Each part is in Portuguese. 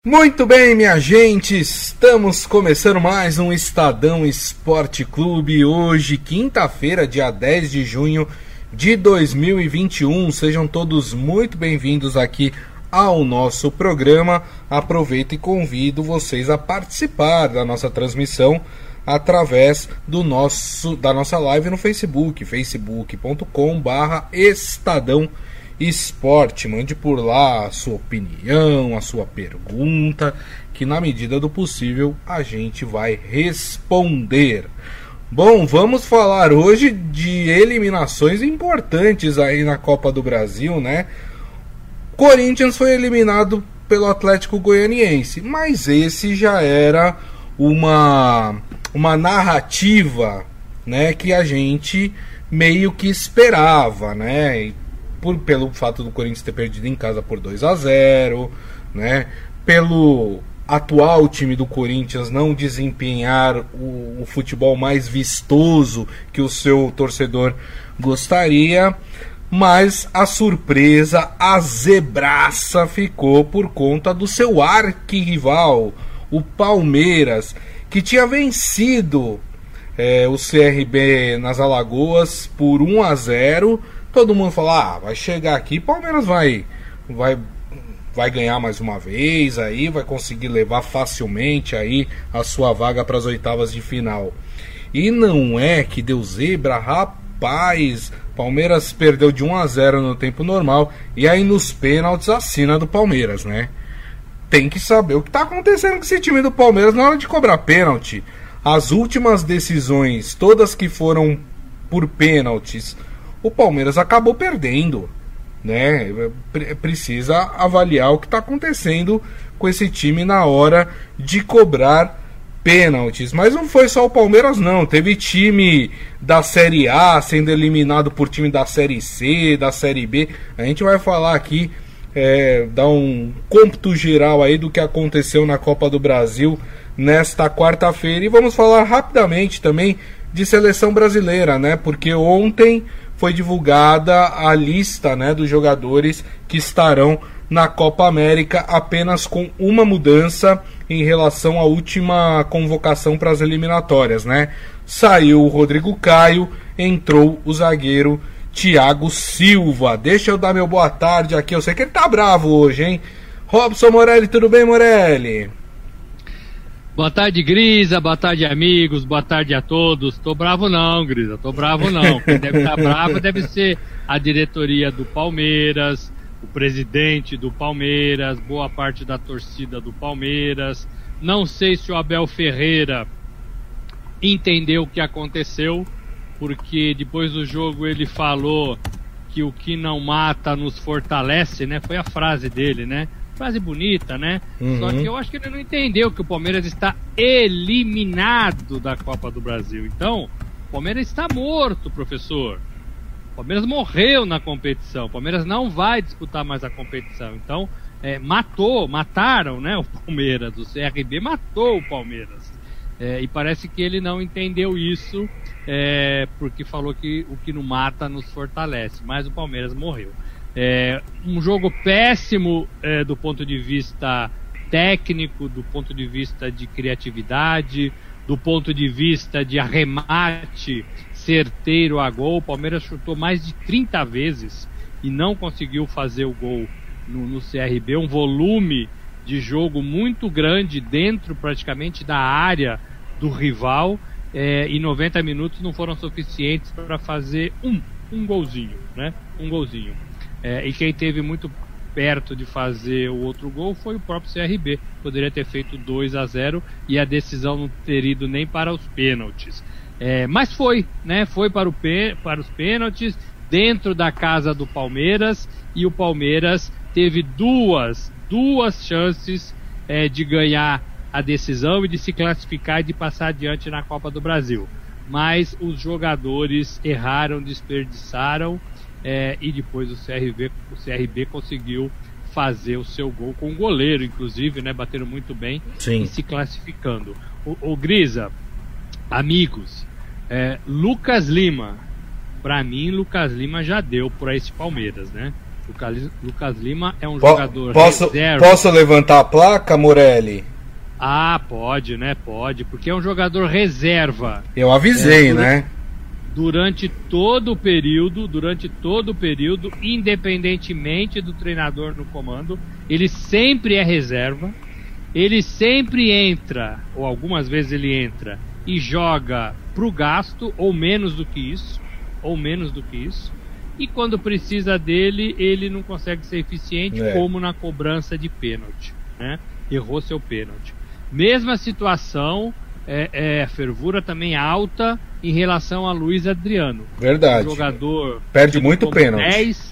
Muito bem, minha gente, estamos começando mais um Estadão Esporte Clube, hoje, quinta-feira, dia 10 de junho de 2021. Sejam todos muito bem-vindos aqui ao nosso programa. Aproveito e convido vocês a participar da nossa transmissão através da nossa live no Facebook, facebook.com/Estadão Esporte. Mande por lá a sua opinião, a sua pergunta, que na medida do possível a gente vai responder. Bom, vamos falar hoje de eliminações importantes aí na Copa do Brasil, né? Corinthians foi eliminado pelo Atlético Goianiense, mas esse já era uma narrativa, né, que a gente meio que esperava, né? Pelo fato do Corinthians ter perdido em casa por 2-0, né? Pelo atual time do Corinthians não desempenhar o futebol mais vistoso que o seu torcedor gostaria, mas a surpresa, a zebraça ficou por conta do seu arquirrival, o Palmeiras, que tinha vencido o CRB nas Alagoas por 1-0. Todo mundo fala, vai chegar aqui, Palmeiras vai ganhar mais uma vez, aí vai conseguir levar facilmente aí a sua vaga para as oitavas de final. E não é que deu zebra, rapaz. Palmeiras perdeu de 1-0 no tempo normal e aí nos pênaltis a sina do Palmeiras, né? Tem que saber o que está acontecendo com esse time do Palmeiras na hora de cobrar pênalti. As últimas decisões, todas que foram por pênaltis, o Palmeiras acabou perdendo, né? Precisa avaliar o que está acontecendo com esse time na hora de cobrar pênaltis. Mas não foi só o Palmeiras, não. Teve time da Série A sendo eliminado por time da Série C, da Série B. A gente vai falar aqui, dar um cômputo geral aí do que aconteceu na Copa do Brasil nesta quarta-feira. E vamos falar rapidamente também de seleção brasileira, né? Porque ontem foi divulgada a lista, né, dos jogadores que estarão na Copa América, apenas com uma mudança em relação à última convocação para as eliminatórias, né? Saiu o Rodrigo Caio, entrou o zagueiro Thiago Silva. Deixa eu dar meu boa tarde aqui, eu sei que ele tá bravo hoje, hein? Robson Morelli, tudo bem, Morelli? Boa tarde, Grisa, boa tarde, amigos, boa tarde a todos. Tô bravo não, Grisa, tô bravo não. Quem deve estar bravo deve ser a diretoria do Palmeiras, o presidente do Palmeiras, boa parte da torcida do Palmeiras. Não sei se o Abel Ferreira entendeu o que aconteceu, porque depois do jogo ele falou que o que não mata nos fortalece, né? Foi a frase dele, né? Frase bonita, né? Só que eu acho que ele não entendeu que o Palmeiras está eliminado da Copa do Brasil. Então, o Palmeiras está morto, professor. O Palmeiras morreu na competição. O Palmeiras não vai disputar mais a competição. Então, mataram, né, o Palmeiras. O CRB matou o Palmeiras. E parece que ele não entendeu isso, porque falou que o que não mata nos fortalece. Mas o Palmeiras morreu. Um jogo péssimo do ponto de vista técnico, do ponto de vista de criatividade, do ponto de vista de arremate certeiro a gol. O Palmeiras chutou mais de 30 vezes e não conseguiu fazer o gol no CRB. Um volume de jogo muito grande dentro praticamente da área do rival, e 90 minutos não foram suficientes para fazer um golzinho, né? Um golzinho. E quem teve muito perto de fazer o outro gol foi o próprio CRB. Poderia ter feito 2-0 e a decisão não ter ido nem para os pênaltis. Mas foi, né? Foi para os pênaltis, dentro da casa do Palmeiras, e o Palmeiras teve duas chances de ganhar a decisão e de se classificar e de passar adiante na Copa do Brasil. Mas os jogadores erraram, desperdiçaram, e depois o CRB conseguiu fazer o seu gol com o goleiro, inclusive, né, batendo muito bem. Sim. E se classificando. O Grisa, amigos, Lucas Lima, pra mim Lucas Lima já deu por esse Palmeiras, né? Lucas Lima é um jogador reserva. Posso levantar a placa, Morelli? Ah, pode, né? Pode, porque é um jogador reserva. Eu avisei, né? Durante todo o período, independentemente do treinador no comando, ele sempre é reserva. Ele sempre entra, ou algumas vezes ele entra e joga pro gasto, ou menos do que isso. E quando precisa dele, ele não consegue ser eficiente, como na cobrança de pênalti, né? Errou seu pênalti. Mesma situação, a fervura também alta em relação a Luiz Adriano. Verdade. Um jogador perde muito pênalti. 10,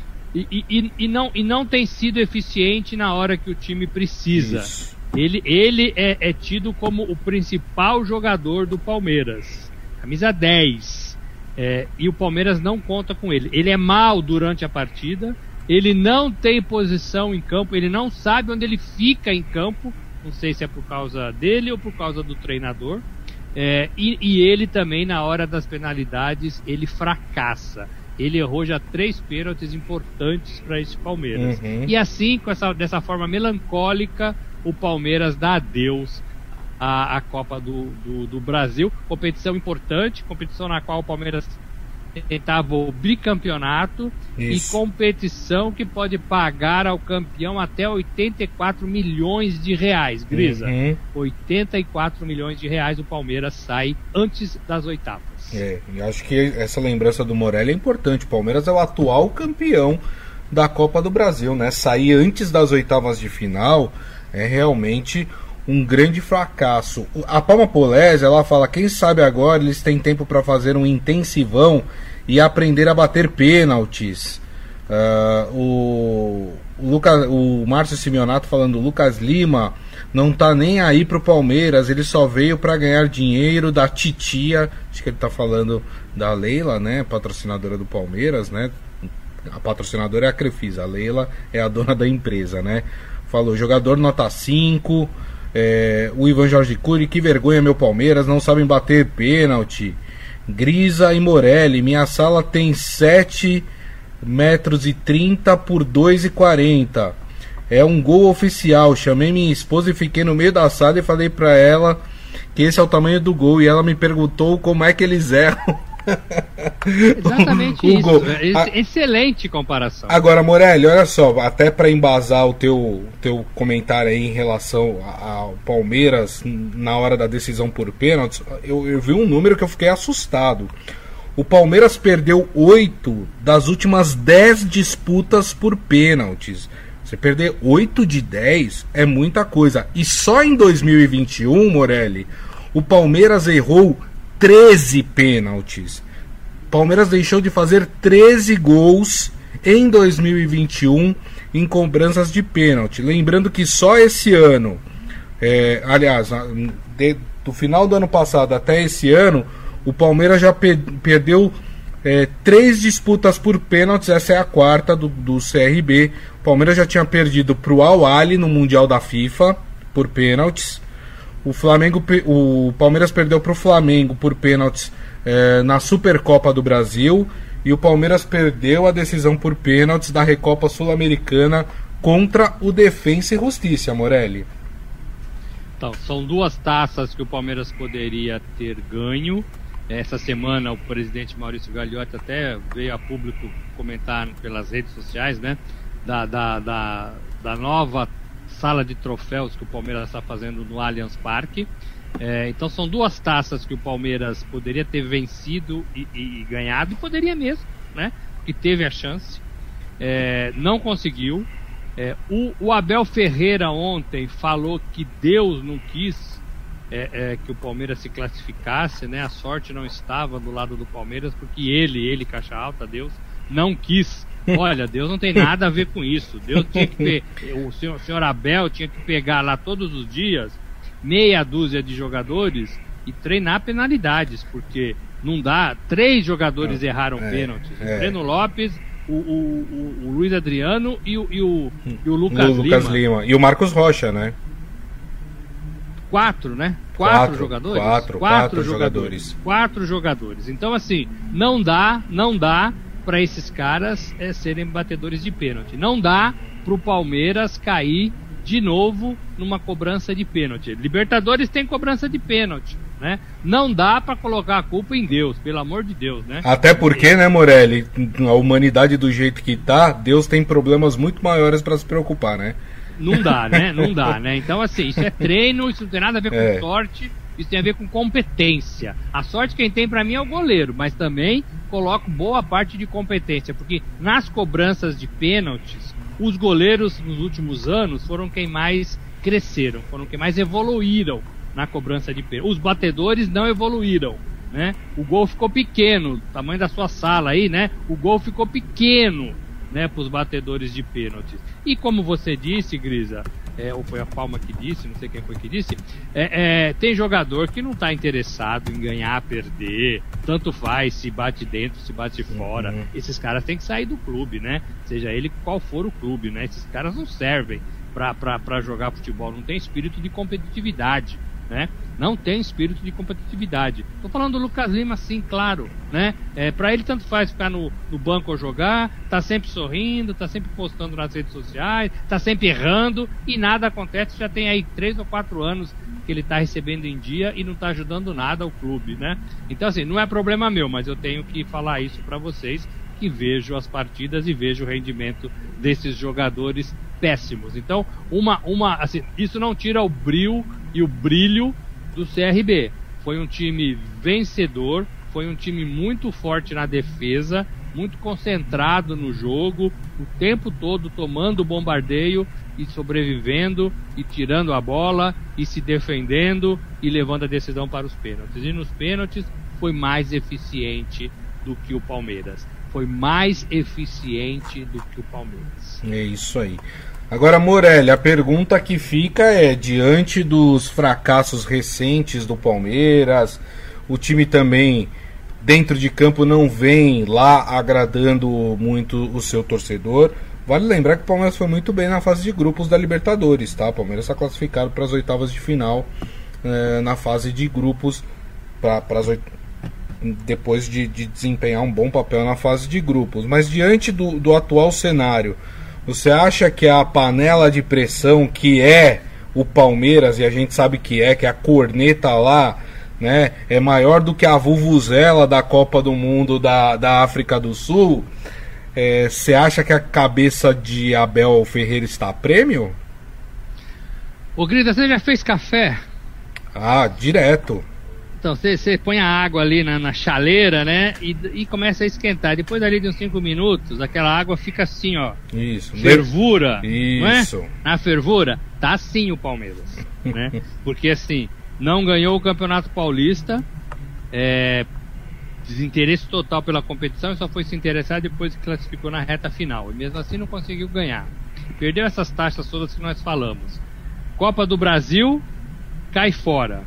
e não tem sido eficiente na hora que o time precisa. Isso. Ele é tido como o principal jogador do Palmeiras. Camisa 10. E o Palmeiras não conta com ele. Ele é mal durante a partida. Ele não tem posição em campo. Ele não sabe onde ele fica em campo. Não sei se é por causa dele ou por causa do treinador. E ele também, na hora das penalidades, ele fracassa. Ele errou já 3 pênaltis importantes para esse Palmeiras. Uhum. E assim, dessa forma melancólica, o Palmeiras dá adeus à Copa do Brasil. Competição importante, competição na qual o Palmeiras tentava o bicampeonato. Isso. E competição que pode pagar ao campeão até 84 milhões de reais, Grisa. Uhum. 84 milhões de reais o Palmeiras sai antes das oitavas. Eu acho que essa lembrança do Morelli é importante. O Palmeiras é o atual campeão da Copa do Brasil, né? Sair antes das oitavas de final é realmente um grande fracasso. A Palma Polese, ela fala, quem sabe agora eles têm tempo para fazer um intensivão e aprender a bater pênaltis. O Márcio Simeonato falando, o Lucas Lima não tá nem aí pro Palmeiras, ele só veio para ganhar dinheiro da titia, acho que ele tá falando da Leila, né, patrocinadora do Palmeiras, né? A patrocinadora é a Crefisa, a Leila é a dona da empresa, né? Falou, jogador nota 5, o Ivan Jorge Cury, que vergonha meu Palmeiras, não sabem bater pênalti. Grisa e Morelli, minha sala tem 7,30 metros por 2,40. É um gol oficial. Chamei minha esposa e fiquei no meio da sala e falei pra ela que esse é o tamanho do gol. E ela me perguntou como é que eles erram. Exatamente isso. Gol. Excelente comparação. Agora, Morelli, olha só, até para embasar o teu comentário aí em relação ao Palmeiras na hora da decisão por pênaltis, eu vi um número que eu fiquei assustado. O Palmeiras perdeu 8 das últimas 10 disputas por pênaltis. Você perder 8 de 10 é muita coisa. E só em 2021, Morelli, o Palmeiras errou 13 pênaltis. Palmeiras deixou de fazer 13 gols em 2021 em cobranças de pênalti. Lembrando que só esse ano, do final do ano passado até esse ano, o Palmeiras já perdeu 3 disputas por pênaltis. Essa é a 4ª do CRB. O Palmeiras já tinha perdido para o Al-Ahly no Mundial da FIFA por pênaltis. O Palmeiras perdeu para o Flamengo por pênaltis na Supercopa do Brasil. E o Palmeiras perdeu a decisão por pênaltis da Recopa Sul-Americana contra o Defensa e Justiça, Morelli. Então, são 2 taças que o Palmeiras poderia ter ganho. Essa semana o presidente Maurício Gagliotti até veio a público comentar pelas redes sociais, né, da nova sala de troféus que o Palmeiras está fazendo no Allianz Parque. Então são 2 taças que o Palmeiras poderia ter vencido e ganhado, e poderia mesmo, né, que teve a chance, não conseguiu. O Abel Ferreira ontem falou que Deus não quis que o Palmeiras se classificasse, né? A sorte não estava do lado do Palmeiras, porque ele, caixa alta, Deus, não quis. Olha, Deus não tem nada a ver com isso. Deus tinha que o senhor Abel tinha que pegar lá todos os dias meia dúzia de jogadores e treinar penalidades, porque não dá. 3 jogadores erraram pênaltis. O Breno Lopes, o Luiz Adriano e o Lucas Lima. E o Marcos Rocha, né? 4, né? 4 jogadores? 4 jogadores. 4 jogadores. Então, assim, não dá para esses caras serem batedores de pênalti. Não dá pro Palmeiras cair de novo numa cobrança de pênalti. Libertadores tem cobrança de pênalti, né? Não dá para colocar a culpa em Deus, pelo amor de Deus, né? Até porque, né, Morelli, a humanidade do jeito que tá, Deus tem problemas muito maiores para se preocupar, né? Não dá, né? Não dá, né? Então, assim, isso é treino, isso não tem nada a ver com sorte, isso tem a ver com competência. A sorte quem tem pra mim é o goleiro, mas também coloco boa parte de competência, porque nas cobranças de pênaltis, os goleiros nos últimos anos foram quem mais cresceram, foram quem mais evoluíram na cobrança de pênalti. Os batedores não evoluíram, né? O gol ficou pequeno, tamanho da sua sala aí, né? O gol ficou pequeno, né, para os batedores de pênaltis. E como você disse, Grisa, ou foi a Palma que disse, não sei quem foi que disse, tem jogador que não está interessado em ganhar, perder, tanto faz, se bate dentro, se bate fora. Esses caras têm que sair do clube, né? Seja ele qual for o clube, né? Esses caras não servem para jogar futebol, não tem espírito de competitividade, né? Não tem espírito de competitividade. Tô falando do Lucas Lima, sim, claro, né? Pra ele tanto faz ficar no banco ou jogar, tá sempre sorrindo, tá sempre postando nas redes sociais, tá sempre errando e nada acontece. Já tem aí 3 ou 4 anos que ele tá recebendo em dia e não tá ajudando nada ao clube, né? Então, assim, não é problema meu, mas eu tenho que falar isso pra vocês, que vejo as partidas e vejo o rendimento desses jogadores péssimos. Então, assim, isso não tira o brilho e o brilho do CRB. Foi um time vencedor, foi um time muito forte na defesa, muito concentrado no jogo, o tempo todo tomando o bombardeio e sobrevivendo e tirando a bola e se defendendo e levando a decisão para os pênaltis. E nos pênaltis foi mais eficiente do que o Palmeiras. Foi mais eficiente do que o Palmeiras. É isso aí. Agora, Morelli, a pergunta que fica é, diante dos fracassos recentes do Palmeiras, o time também dentro de campo não vem lá agradando muito o seu torcedor. Vale lembrar que o Palmeiras foi muito bem na fase de grupos da Libertadores, tá? O Palmeiras está classificado para as oitavas de final na fase de grupos, depois de desempenhar um bom papel na fase de grupos. Mas diante do atual cenário, você acha que a panela de pressão que é o Palmeiras, e a gente sabe que é a corneta lá, né, é maior do que a vuvuzela da Copa do Mundo da África do Sul? Você acha que a cabeça de Abel Ferreira está a prêmio? Ô Grita, você já fez café? Ah, direto. Então, você põe a água ali na chaleira, né? E começa a esquentar. Depois ali de uns 5 minutos, aquela água fica assim, ó. Isso. Fervura. Isso. Não é? Na fervura, tá assim o Palmeiras, né? Porque assim, não ganhou o Campeonato Paulista, desinteresse total pela competição e só foi se interessar depois que classificou na reta final. E mesmo assim não conseguiu ganhar. Perdeu essas taxas todas que nós falamos. Copa do Brasil, cai fora.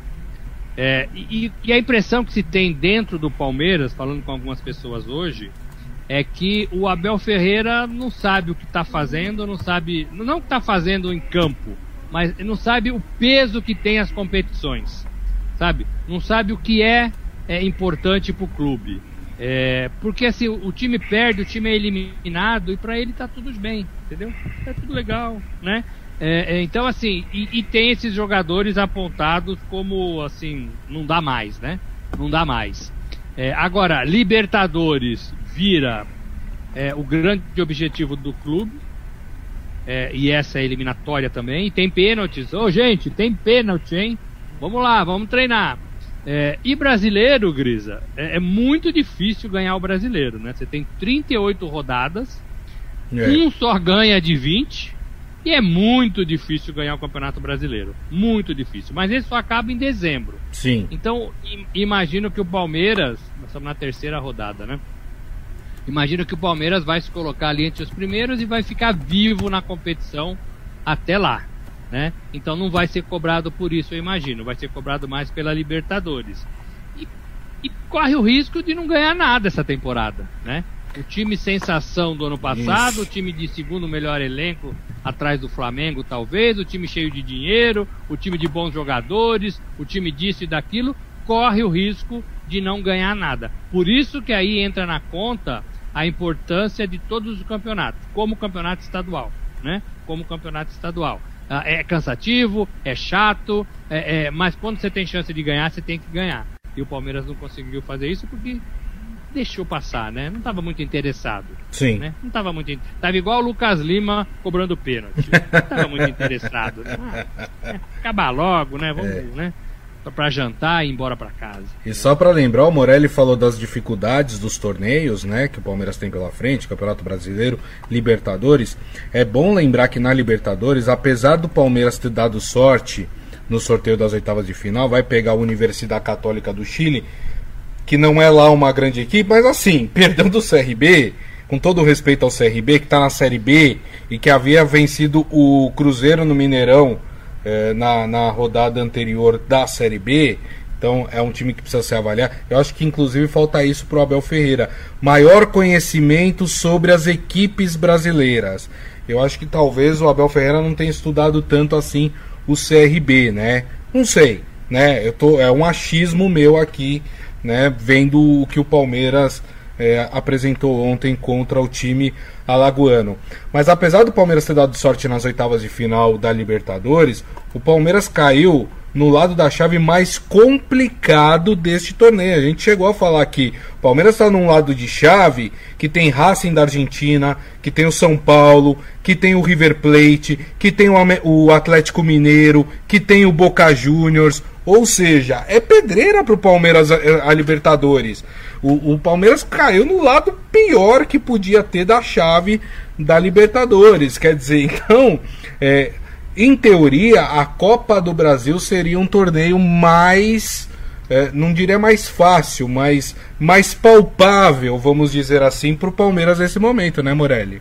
E a impressão que se tem dentro do Palmeiras, falando com algumas pessoas hoje, é que o Abel Ferreira não sabe o que está fazendo, não sabe, não o que está fazendo em campo, mas não sabe o peso que tem as competições, sabe? Não sabe o que é importante para o clube. Porque assim, o time perde, o time é eliminado e para ele tá tudo bem, entendeu? Tá tudo legal, né? Então assim, e tem esses jogadores apontados como assim, não dá mais, né? Não dá mais. Agora, Libertadores vira o grande objetivo do clube, e essa é eliminatória também, e tem pênaltis. Gente, tem pênalti, hein? Vamos lá, vamos treinar. E brasileiro, Grisa, é muito difícil ganhar o brasileiro, né? Você tem 38 rodadas, um só ganha de 20, e é muito difícil ganhar o Campeonato Brasileiro. Muito difícil. Mas ele só acaba em dezembro. Sim. Então, imagino que o Palmeiras, nós estamos na 3ª rodada, né? Imagino que o Palmeiras vai se colocar ali entre os primeiros e vai ficar vivo na competição até lá, né? Então não vai ser cobrado por isso, eu imagino. Vai ser cobrado mais pela Libertadores. E corre o risco de não ganhar nada essa temporada, né? O time sensação do ano passado, o time de segundo melhor elenco atrás do Flamengo talvez, o time cheio de dinheiro, o time de bons jogadores, o time disso e daquilo, corre o risco de não ganhar nada. Por isso que aí entra na conta a importância de todos os campeonatos, como o campeonato estadual, né? Como o campeonato estadual. É cansativo, é chato, mas quando você tem chance de ganhar, você tem que ganhar. E o Palmeiras não conseguiu fazer isso porque deixou passar, né? Não estava muito interessado. Sim. Né? Não estava muito. Tava igual o Lucas Lima cobrando pênalti. Não estava muito interessado. Né? Acabar logo, né? Vamos, né? Para jantar e ir embora para casa. E só para lembrar, o Morelli falou das dificuldades dos torneios, né, que o Palmeiras tem pela frente, Campeonato Brasileiro, Libertadores. É bom lembrar que na Libertadores, apesar do Palmeiras ter dado sorte no sorteio das oitavas de final, vai pegar a Universidade Católica do Chile, que não é lá uma grande equipe, mas assim, perdão do CRB, com todo o respeito ao CRB, que está na Série B e que havia vencido o Cruzeiro no Mineirão na rodada anterior da Série B. Então é um time que precisa se avaliar. Eu acho que inclusive falta isso para o Abel Ferreira, maior conhecimento sobre as equipes brasileiras. Eu acho que talvez o Abel Ferreira não tenha estudado tanto assim o CRB, né? Não sei, né? É um achismo meu aqui, né? Vendo o que o Palmeiras apresentou ontem contra o time alagoano. Mas apesar do Palmeiras ter dado sorte nas oitavas de final da Libertadores, o Palmeiras caiu no lado da chave mais complicado deste torneio. A gente chegou a falar que o Palmeiras está num lado de chave que tem Racing da Argentina, que tem o São Paulo, que tem o River Plate, que tem o Atlético Mineiro, que tem o Boca Juniors. Ou seja, é pedreira para o Palmeiras a Libertadores. O Palmeiras caiu no lado pior que podia ter da chave da Libertadores. Quer dizer, então, em teoria, a Copa do Brasil seria um torneio mais, não diria mais fácil, mas mais palpável, vamos dizer assim, para o Palmeiras nesse momento, né, Morelli?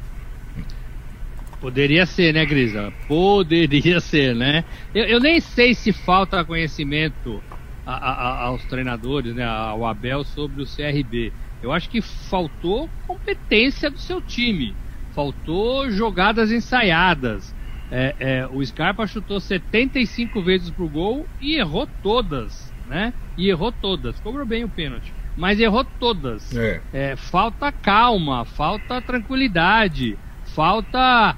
Poderia ser, né, Grisa? Poderia ser, né? Eu nem sei se falta conhecimento aos treinadores, né, ao Abel, sobre o CRB. Eu acho que faltou competência do seu time. Faltou jogadas ensaiadas. O Scarpa chutou 75 vezes pro gol e errou todas, né? Cobrou bem o pênalti, mas errou todas. Falta calma, falta tranquilidade, falta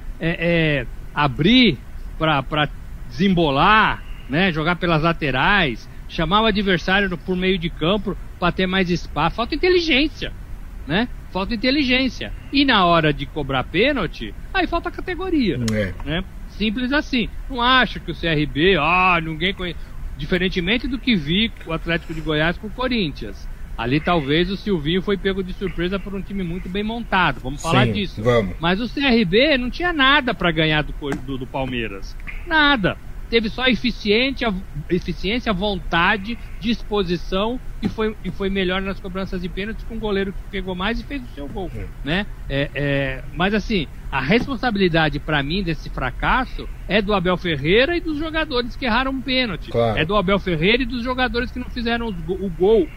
abrir para desembolar, né? Jogar pelas laterais, chamar o adversário por meio de campo para ter mais espaço. Falta inteligência, né? Falta inteligência. E na hora de cobrar pênalti, aí falta categoria, né? Simples assim. Não acho que o CRB, ninguém conhece. Diferentemente do que vi o Atlético de Goiás com o Corinthians. Ali talvez o Silvinho foi pego de surpresa por um time muito bem montado. Vamos falar disso. Vamos. Mas o CRB não tinha nada para ganhar do Palmeiras. Nada. Teve só eficiência, vontade, disposição e foi melhor nas cobranças de pênaltis, com um goleiro que pegou mais e fez o seu gol, né? Mas assim, a responsabilidade para mim desse fracasso é do Abel Ferreira e dos jogadores que erraram um pênalti. Claro. É do Abel Ferreira e dos jogadores que não fizeram um gol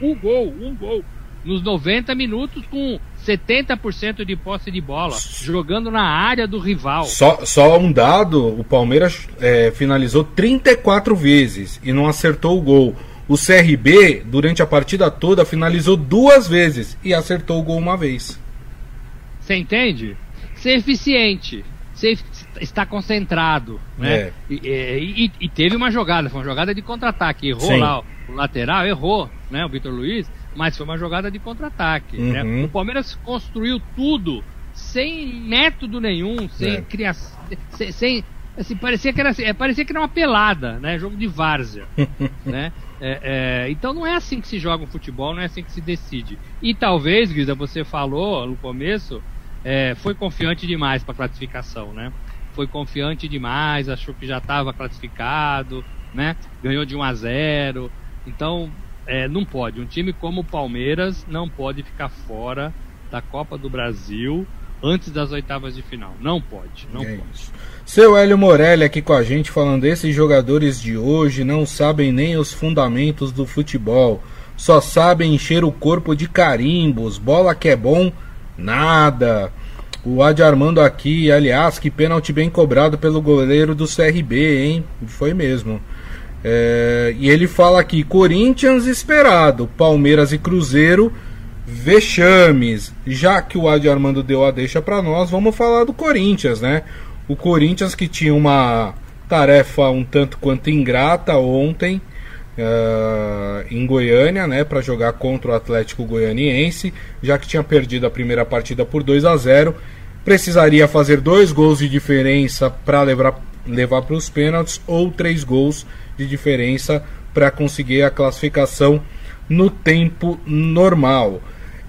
nos 90 minutos com 70% de posse de bola, jogando na área do rival. Só um dado, o Palmeiras finalizou 34 vezes e não acertou o gol. O CRB, durante a partida toda, finalizou 2 vezes e acertou o gol 1 vez. Você entende? Ser eficiente, está concentrado, né? E teve uma jogada, foi uma jogada de contra-ataque. Errou lá o lateral, errou, né? O Vitor Luiz, mas foi uma jogada de contra-ataque, né? O Palmeiras construiu tudo sem método nenhum, sem criação, sem assim, parecia que era uma pelada, né? Jogo de várzea, né? Então não é assim que se joga um futebol, não é assim que se decide. E talvez, Guida, você falou no começo, foi confiante demais para a classificação, né? Foi confiante demais, achou que já estava classificado, né? Ganhou de 1-0. Então, não pode. Um time como o Palmeiras não pode ficar fora da Copa do Brasil antes das oitavas de final. Não pode, não pode. Isso. Seu Hélio Morelli aqui com a gente falando: esses jogadores de hoje não sabem nem os fundamentos do futebol, só sabem encher o corpo de carimbos, bola que é bom, nada. O Adi Armando aqui, aliás, que pênalti bem cobrado pelo goleiro do CRB, hein? Foi mesmo. E ele fala aqui: Corinthians esperado, Palmeiras e Cruzeiro vexames. Já que o Adi Armando deu a deixa para nós, vamos falar do Corinthians, né? O Corinthians que tinha uma tarefa um tanto quanto ingrata ontem em Goiânia, né, para jogar contra o Atlético Goianiense, já que tinha perdido a primeira partida por 2-0, precisaria fazer 2 gols de diferença para levar para os pênaltis ou 3 gols de diferença para conseguir a classificação no tempo normal.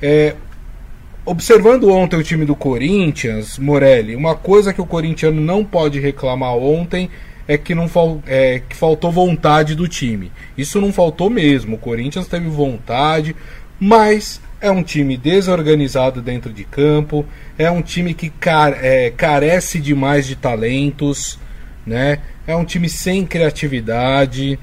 Observando ontem o time do Corinthians, Morelli, uma coisa que o corintiano não pode reclamar ontem é que que faltou vontade do time. Isso não faltou mesmo. O Corinthians teve vontade, mas é um time desorganizado dentro de campo, é um time que carece demais de talentos, né? É um time sem criatividade.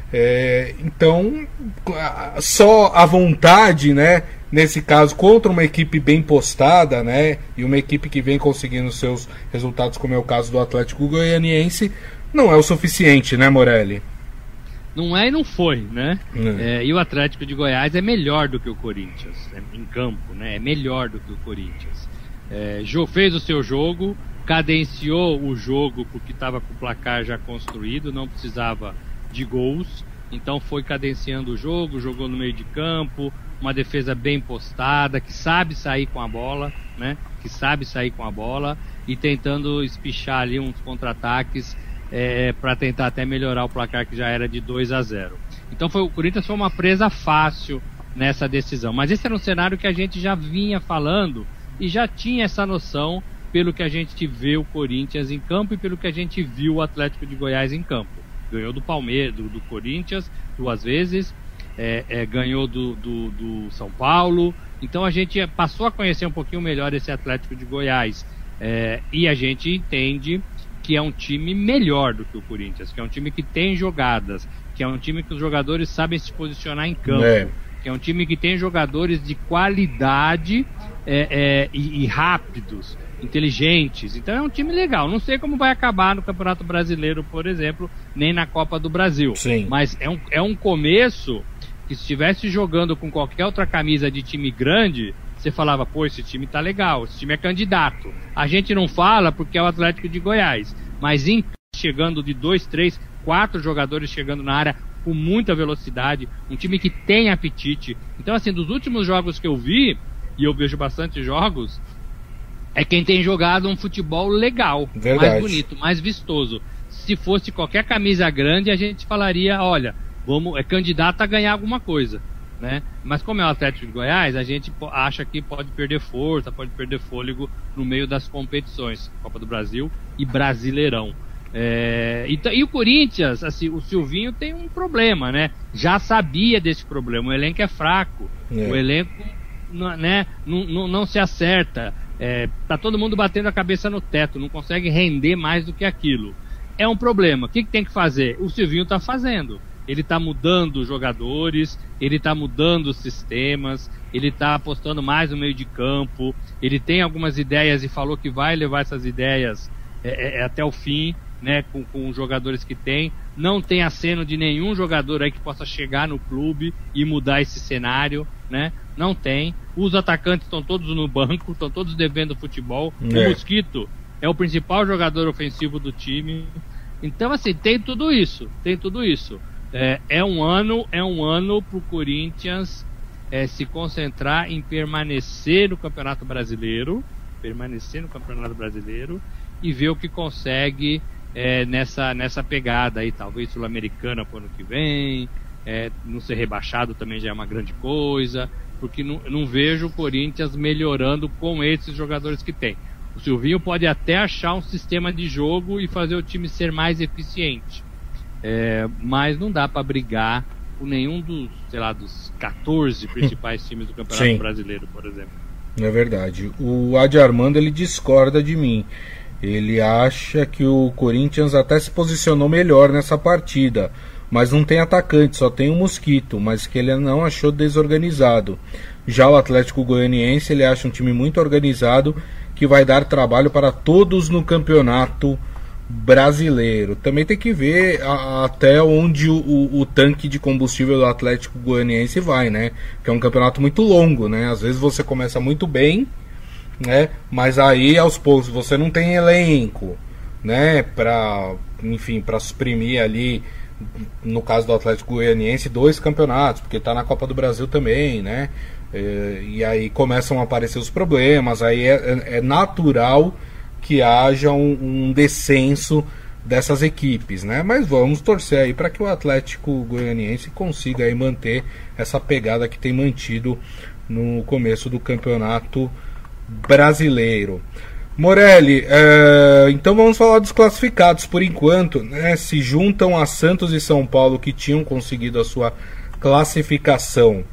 Então, só a vontade, né? Nesse caso, contra uma equipe bem postada, né? E uma equipe que vem conseguindo seus resultados, como é o caso do Atlético Goianiense, não é o suficiente, né, Morelli? Não é e não foi, né? E o Atlético de Goiás é melhor do que o Corinthians, em campo, né? É melhor do que o Corinthians. Fez o seu jogo, cadenciou o jogo porque estava com o placar já construído, não precisava de gols, então foi cadenciando o jogo, jogou no meio de campo, uma defesa bem postada, que sabe sair com a bola, né? Que sabe sair com a bola e tentando espichar ali uns contra-ataques para tentar até melhorar o placar que já era de 2-0. Então o Corinthians foi uma presa fácil nessa decisão, mas esse era um cenário que a gente já vinha falando e já tinha essa noção pelo que a gente vê o Corinthians em campo e pelo que a gente viu o Atlético de Goiás em campo. Ganhou do Palmeiras, do Corinthians 2 vezes, ganhou do São Paulo, então a gente passou a conhecer um pouquinho melhor esse Atlético de Goiás, e a gente entende que é um time melhor do que o Corinthians, que é um time que tem jogadas, que é um time que os jogadores sabem se posicionar em campo, que é um time que tem jogadores de qualidade e rápidos, inteligentes. Então é um time legal. Não sei como vai acabar no Campeonato Brasileiro, por exemplo, nem na Copa do Brasil. Sim. Mas é um começo que, se estivesse jogando com qualquer outra camisa de time grande, você falava, pô, esse time tá legal, esse time é candidato. A gente não fala porque é o Atlético de Goiás, mas chegando de 2, 3, 4 jogadores chegando na área com muita velocidade, um time que tem apetite. Então, assim, dos últimos jogos que eu vi, e eu vejo bastante jogos, é quem tem jogado um futebol legal, verdade, mais bonito, mais vistoso. Se fosse qualquer camisa grande, a gente falaria, olha, é candidato a ganhar alguma coisa, né? Mas como é o Atlético de Goiás, a gente acha que pode perder força, pode perder fôlego no meio das competições, Copa do Brasil e Brasileirão. E o Corinthians, assim, o Silvinho tem um problema, né? Já sabia desse problema, o elenco é fraco, o elenco, né, não se acerta, tá todo mundo batendo a cabeça no teto, não consegue render mais do que aquilo. É um problema. O que tem que fazer? O Silvinho tá fazendo. Ele tá mudando os jogadores, ele tá mudando os sistemas, ele tá apostando mais no meio de campo, ele tem algumas ideias e falou que vai levar essas ideias até o fim, né, com os jogadores que tem. Não tem aceno de nenhum jogador aí que possa chegar no clube e mudar esse cenário, né? Não tem. Os atacantes estão todos no banco, estão todos devendo futebol. O Mosquito é o principal jogador ofensivo do time. Então, assim, tem tudo isso. É um ano pro Corinthians se concentrar em permanecer no Campeonato Brasileiro, e ver o que consegue nessa pegada aí, talvez Sul-Americana pro ano que vem, não ser rebaixado também já é uma grande coisa, porque não vejo o Corinthians melhorando com esses jogadores que tem. O Silvinho pode até achar um sistema de jogo e fazer o time ser mais eficiente, mas não dá para brigar com nenhum dos 14 principais times do Campeonato Brasileiro, por exemplo. É verdade. O Adi Armando, ele discorda de mim. Ele acha que o Corinthians até se posicionou melhor nessa partida, mas não tem atacante, só tem o Mosquito, mas que ele não achou desorganizado. Já o Atlético Goianiense, ele acha um time muito organizado, que vai dar trabalho para todos no Campeonato Brasileiro. Também tem que ver até onde o tanque de combustível do Atlético Goianiense vai, né? Que é um campeonato muito longo, né? Às vezes você começa muito bem, né? Mas aí aos poucos você não tem elenco, né? Para suprimir ali, no caso do Atlético Goianiense, 2 campeonatos, porque tá na Copa do Brasil também, né? E aí começam a aparecer os problemas, aí é natural que haja um descenso dessas equipes, né? Mas vamos torcer aí para que o Atlético Goianiense consiga aí manter essa pegada que tem mantido no começo do Campeonato Brasileiro. Morelli, então vamos falar dos classificados por enquanto, né? Se juntam a Santos e São Paulo, que tinham conseguido a sua classificação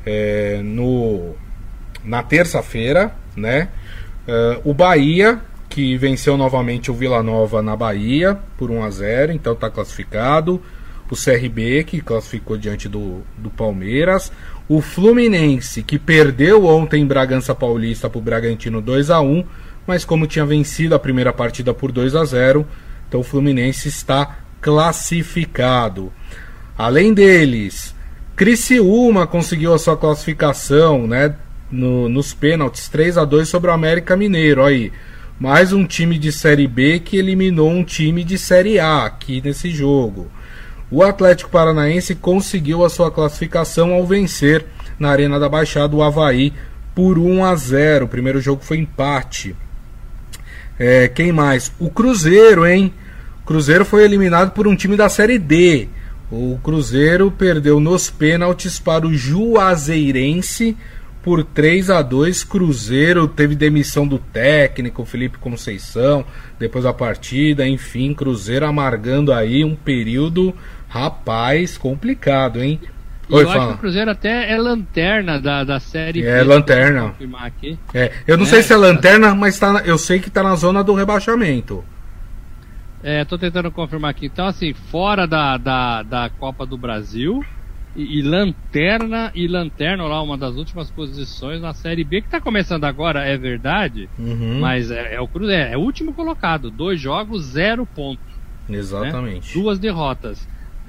na terça-feira, né? O Bahia, que venceu novamente o Vila Nova na Bahia por 1-0, então está classificado. O CRB, que classificou diante do Palmeiras. O Fluminense, que perdeu ontem em Bragança Paulista para o Bragantino 2-1, mas como tinha vencido a primeira partida por 2-0, então o Fluminense está classificado. Além deles, Criciúma conseguiu a sua classificação, né, nos pênaltis, 3-2 sobre o América Mineiro. Aí, mais um time de Série B que eliminou um time de Série A aqui nesse jogo. O Atlético Paranaense conseguiu a sua classificação ao vencer na Arena da Baixada o Avaí por 1-0. O primeiro jogo foi empate. Quem mais? O Cruzeiro, hein? O Cruzeiro foi eliminado por um time da Série D. O Cruzeiro perdeu nos pênaltis para o Juazeirense por 3-2. Cruzeiro teve demissão do técnico Felipe Conceição depois da partida. Enfim, Cruzeiro amargando aí um período, rapaz, complicado, hein? Eu acho que o Cruzeiro até é lanterna da Série B. É lanterna. Aqui. Eu não sei se é lanterna, mas eu sei que tá na zona do rebaixamento. Tô tentando confirmar aqui. Então, assim, fora da Copa do Brasil e lanterna lá, uma das últimas posições na Série B, que tá começando agora, é verdade, mas é o Cruzeiro, é o último colocado. 2 jogos, 0 pontos. Exatamente. Né? 2 derrotas.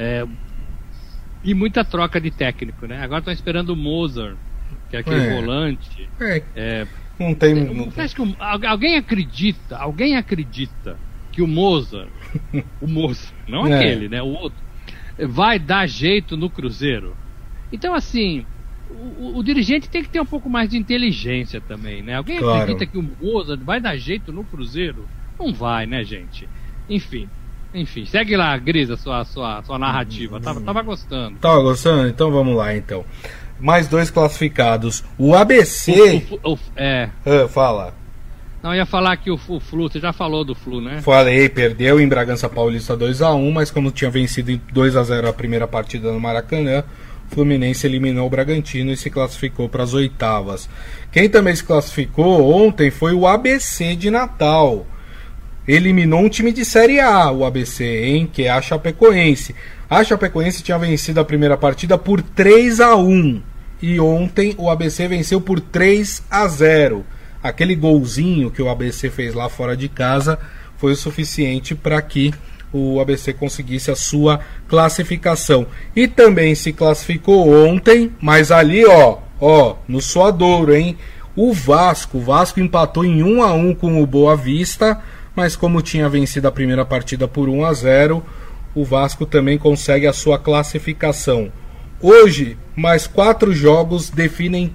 E muita troca de técnico, né? Agora estão esperando o Mozart, que é aquele volante. Não tem. Acho que alguém acredita que o Mozart, não aquele, né? O outro, vai dar jeito no Cruzeiro? Então, assim, o dirigente tem que ter um pouco mais de inteligência também, né? Alguém acredita que o Mozart vai dar jeito no Cruzeiro? Não vai, né, gente? Enfim, segue lá, Grisa, sua narrativa. Tava gostando. Tava gostando? Então vamos lá, então. Mais 2 classificados. O ABC... Fala. Não, eu ia falar que o Flu, você já falou do Flu, né? Falei, perdeu em Bragança Paulista 2-1, mas como tinha vencido em 2-0 a primeira partida no Maracanã, o Fluminense eliminou o Bragantino e se classificou para as oitavas. Quem também se classificou ontem foi o ABC de Natal. Eliminou um time de Série A, o ABC, hein, que é a Chapecoense. A Chapecoense tinha vencido a primeira partida por 3-1 e ontem o ABC venceu por 3-0. Aquele golzinho que o ABC fez lá fora de casa foi o suficiente para que o ABC conseguisse a sua classificação. E também se classificou ontem, mas ali, no suadouro, hein? O Vasco empatou em 1-1 com o Boa Vista, mas como tinha vencido a primeira partida por 1-0, o Vasco também consegue a sua classificação. Hoje, mais 4 jogos definem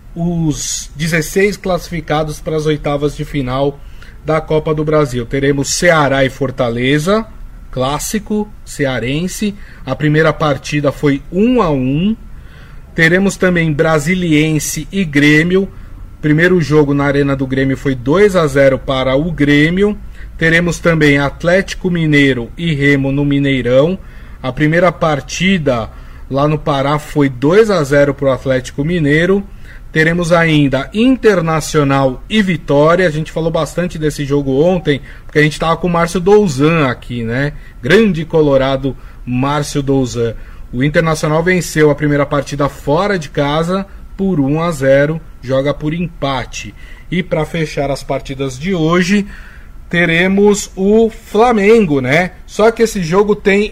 os 16 classificados para as oitavas de final da Copa do Brasil. Teremos Ceará e Fortaleza, clássico cearense. A primeira partida foi 1-1. Teremos também Brasiliense e Grêmio. Primeiro jogo na Arena do Grêmio foi 2-0 para o Grêmio. Teremos também Atlético Mineiro e Remo no Mineirão. A primeira partida lá no Pará foi 2-0 para o Atlético Mineiro. Teremos ainda Internacional e Vitória. A gente falou bastante desse jogo ontem, porque a gente estava com o Márcio Douzan aqui, né? Grande colorado Márcio Douzan. O Internacional venceu a primeira partida fora de casa por 1-0, joga por empate. E para fechar as partidas de hoje, teremos o Flamengo, né? Só que esse jogo tem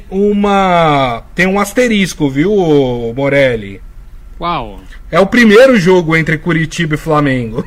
um asterisco, viu, Morelli? Qual? É o primeiro jogo entre Curitiba e Flamengo.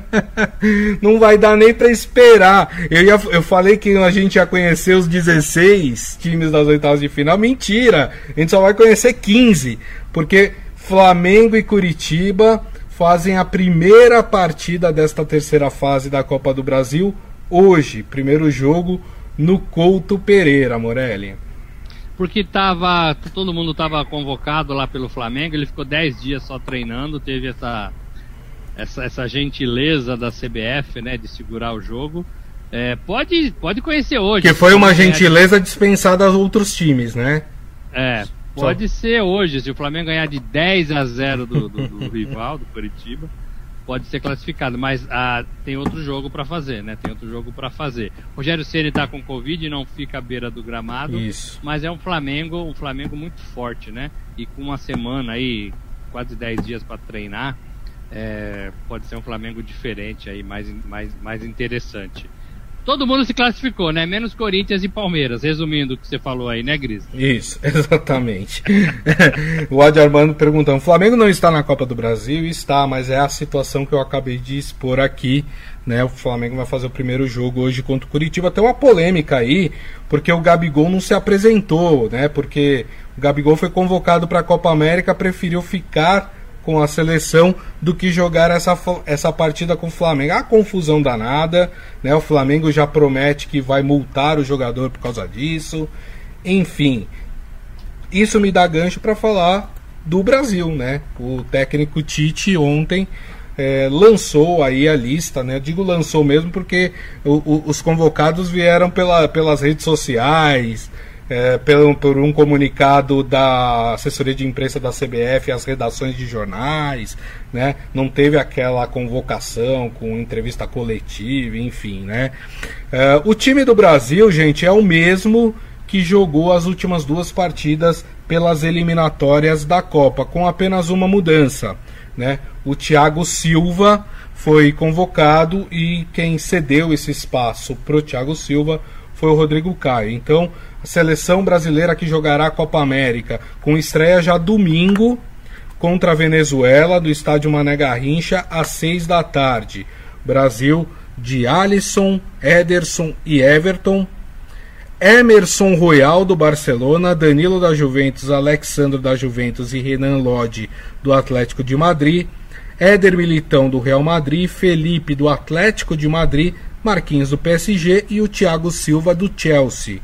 Não vai dar nem pra esperar. Eu falei que a gente ia conhecer os 16 times das oitavas de final. Mentira! A gente só vai conhecer 15. Porque Flamengo e Curitiba fazem a primeira partida desta terceira fase da Copa do Brasil hoje. Primeiro jogo no Couto Pereira, Morelli. Porque todo mundo estava convocado lá pelo Flamengo. Ele ficou 10 dias só treinando. Teve essa gentileza da CBF, né, de segurar o jogo. Pode conhecer hoje. Que foi uma gentileza dispensada aos outros times, né? Pode ser hoje. Se o Flamengo ganhar de 10-0 do rival, do Curitiba, pode ser classificado. Mas tem outro jogo para fazer, né? Rogério Ceni está com Covid e não fica à beira do gramado. Isso. Mas é um Flamengo muito forte, né? E com uma semana aí, quase 10 dias para treinar, pode ser um Flamengo diferente aí, mais interessante. Todo mundo se classificou, né? Menos Corinthians e Palmeiras, resumindo o que você falou aí, né, Gris? Isso, exatamente. O Adi Armando perguntando: o Flamengo não está na Copa do Brasil? Está, mas é a situação que eu acabei de expor aqui, né? O Flamengo vai fazer o primeiro jogo hoje contra o Curitiba. Tem uma polêmica aí, porque o Gabigol não se apresentou, né? Porque o Gabigol foi convocado para a Copa América, preferiu ficar com a seleção do que jogar essa partida com o Flamengo. A confusão danada, né? O Flamengo já promete que vai multar o jogador por causa disso. Enfim, isso me dá gancho para falar do Brasil, né? O técnico Tite ontem lançou aí a lista, né? Eu digo lançou mesmo porque os convocados vieram pelas redes sociais, por um comunicado da assessoria de imprensa da CBF, as redações de jornais, né? Não teve aquela convocação com entrevista coletiva, enfim, né? O time do Brasil, gente, é o mesmo que jogou as últimas duas partidas pelas eliminatórias da Copa, com apenas uma mudança, né? O Thiago Silva foi convocado e quem cedeu esse espaço pro Thiago Silva foi o Rodrigo Caio. Então, a seleção brasileira que jogará a Copa América, com estreia já domingo contra a Venezuela, do estádio Mané Garrincha, às 6 da tarde. Brasil de Alisson, Ederson e Everton, Emerson Royal do Barcelona, Danilo da Juventus, Alexandro da Juventus e Renan Lodge do Atlético de Madrid, Éder Militão do Real Madrid, Felipe do Atlético de Madrid, Marquinhos do PSG e o Thiago Silva do Chelsea.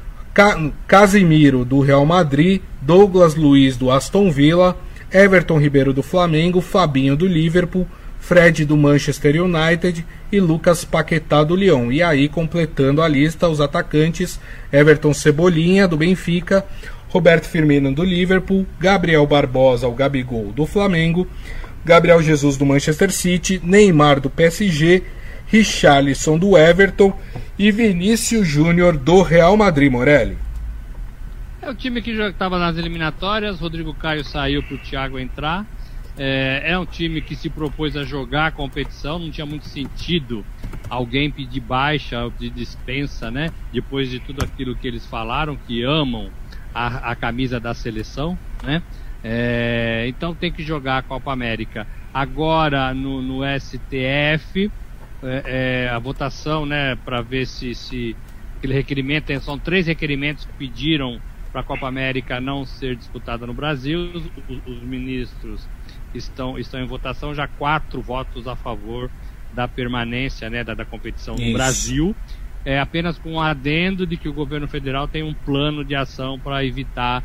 Casemiro do Real Madrid, Douglas Luiz do Aston Villa, Everton Ribeiro do Flamengo, Fabinho do Liverpool, Fred do Manchester United e Lucas Paquetá do Lyon. E aí, completando a lista, os atacantes: Everton Cebolinha do Benfica, Roberto Firmino do Liverpool, Gabriel Barbosa, o Gabigol do Flamengo, Gabriel Jesus do Manchester City, Neymar do PSG, Richarlison do Everton e Vinícius Júnior do Real Madrid, Morelli. É o time que já estava nas eliminatórias. Rodrigo Caio saiu para o Thiago entrar. É um time que se propôs a jogar a competição. Não tinha muito sentido alguém pedir baixa, de dispensa, né? Depois de tudo aquilo que eles falaram, que amam a camisa da seleção, né? Então tem que jogar a Copa América. Agora no STF, a votação, né, para ver se aquele requerimento, são 3 requerimentos que pediram para a Copa América não ser disputada no Brasil. Os ministros estão em votação, já 4 votos a favor da permanência, né, da competição no Brasil. Apenas com um adendo de que o governo federal tem um plano de ação para evitar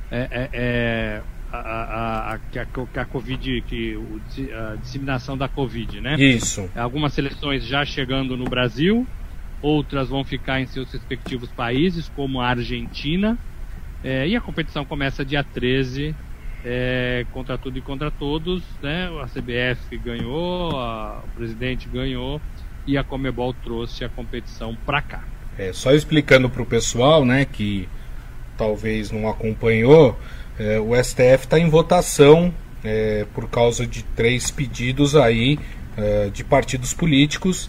a Covid, a disseminação da Covid, né? Isso. Algumas seleções já chegando no Brasil, outras vão ficar em seus respectivos países, como a Argentina, e a competição começa dia 13, contra tudo e contra todos, né? A CBF ganhou, o presidente ganhou e a Conmebol trouxe a competição para cá. Só explicando para o pessoal, né, que talvez não acompanhou, o STF está em votação por causa de 3 pedidos aí de partidos políticos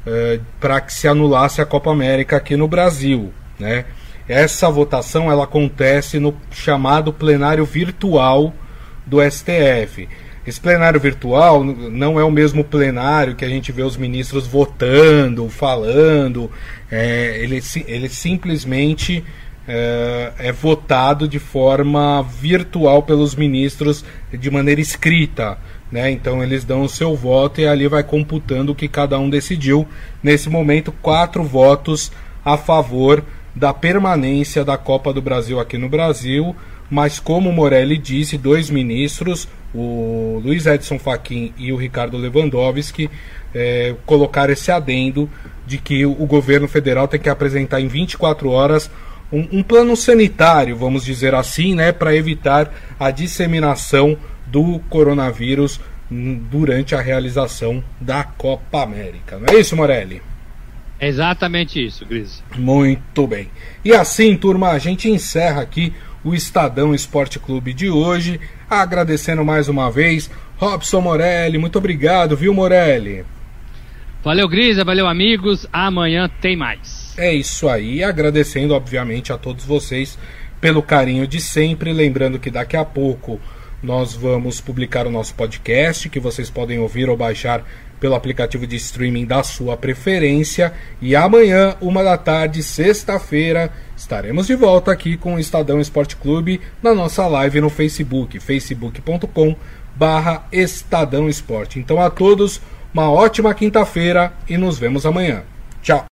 para que se anulasse a Copa América aqui no Brasil, né? Essa votação ela acontece no chamado plenário virtual do STF. Esse plenário virtual não é o mesmo plenário que a gente vê os ministros votando, falando. Ele simplesmente é votado de forma virtual pelos ministros de maneira escrita, né? Então eles dão o seu voto e ali vai computando o que cada um decidiu. Nesse momento, 4 votos a favor da permanência da Copa do Brasil aqui no Brasil, mas como o Morelli disse, 2 ministros, o Luiz Edson Fachin e o Ricardo Lewandowski, colocaram esse adendo de que o governo federal tem que apresentar em 24 horas um plano sanitário, vamos dizer assim, né, para evitar a disseminação do coronavírus durante a realização da Copa América. Não é isso, Morelli? É exatamente isso, Gris. Muito bem. E assim, turma, a gente encerra aqui o Estadão Esporte Clube de hoje, agradecendo mais uma vez Robson Morelli. Muito obrigado, viu, Morelli? Valeu, Grisa, valeu, amigos. Amanhã tem mais. É isso aí, agradecendo obviamente a todos vocês pelo carinho de sempre, lembrando que daqui a pouco nós vamos publicar o nosso podcast, que vocês podem ouvir ou baixar pelo aplicativo de streaming da sua preferência, e amanhã, 13h, sexta-feira, estaremos de volta aqui com o Estadão Esporte Clube na nossa live no Facebook, facebook.com/Estadão Esporte. Então a todos, uma ótima quinta-feira e nos vemos amanhã. Tchau!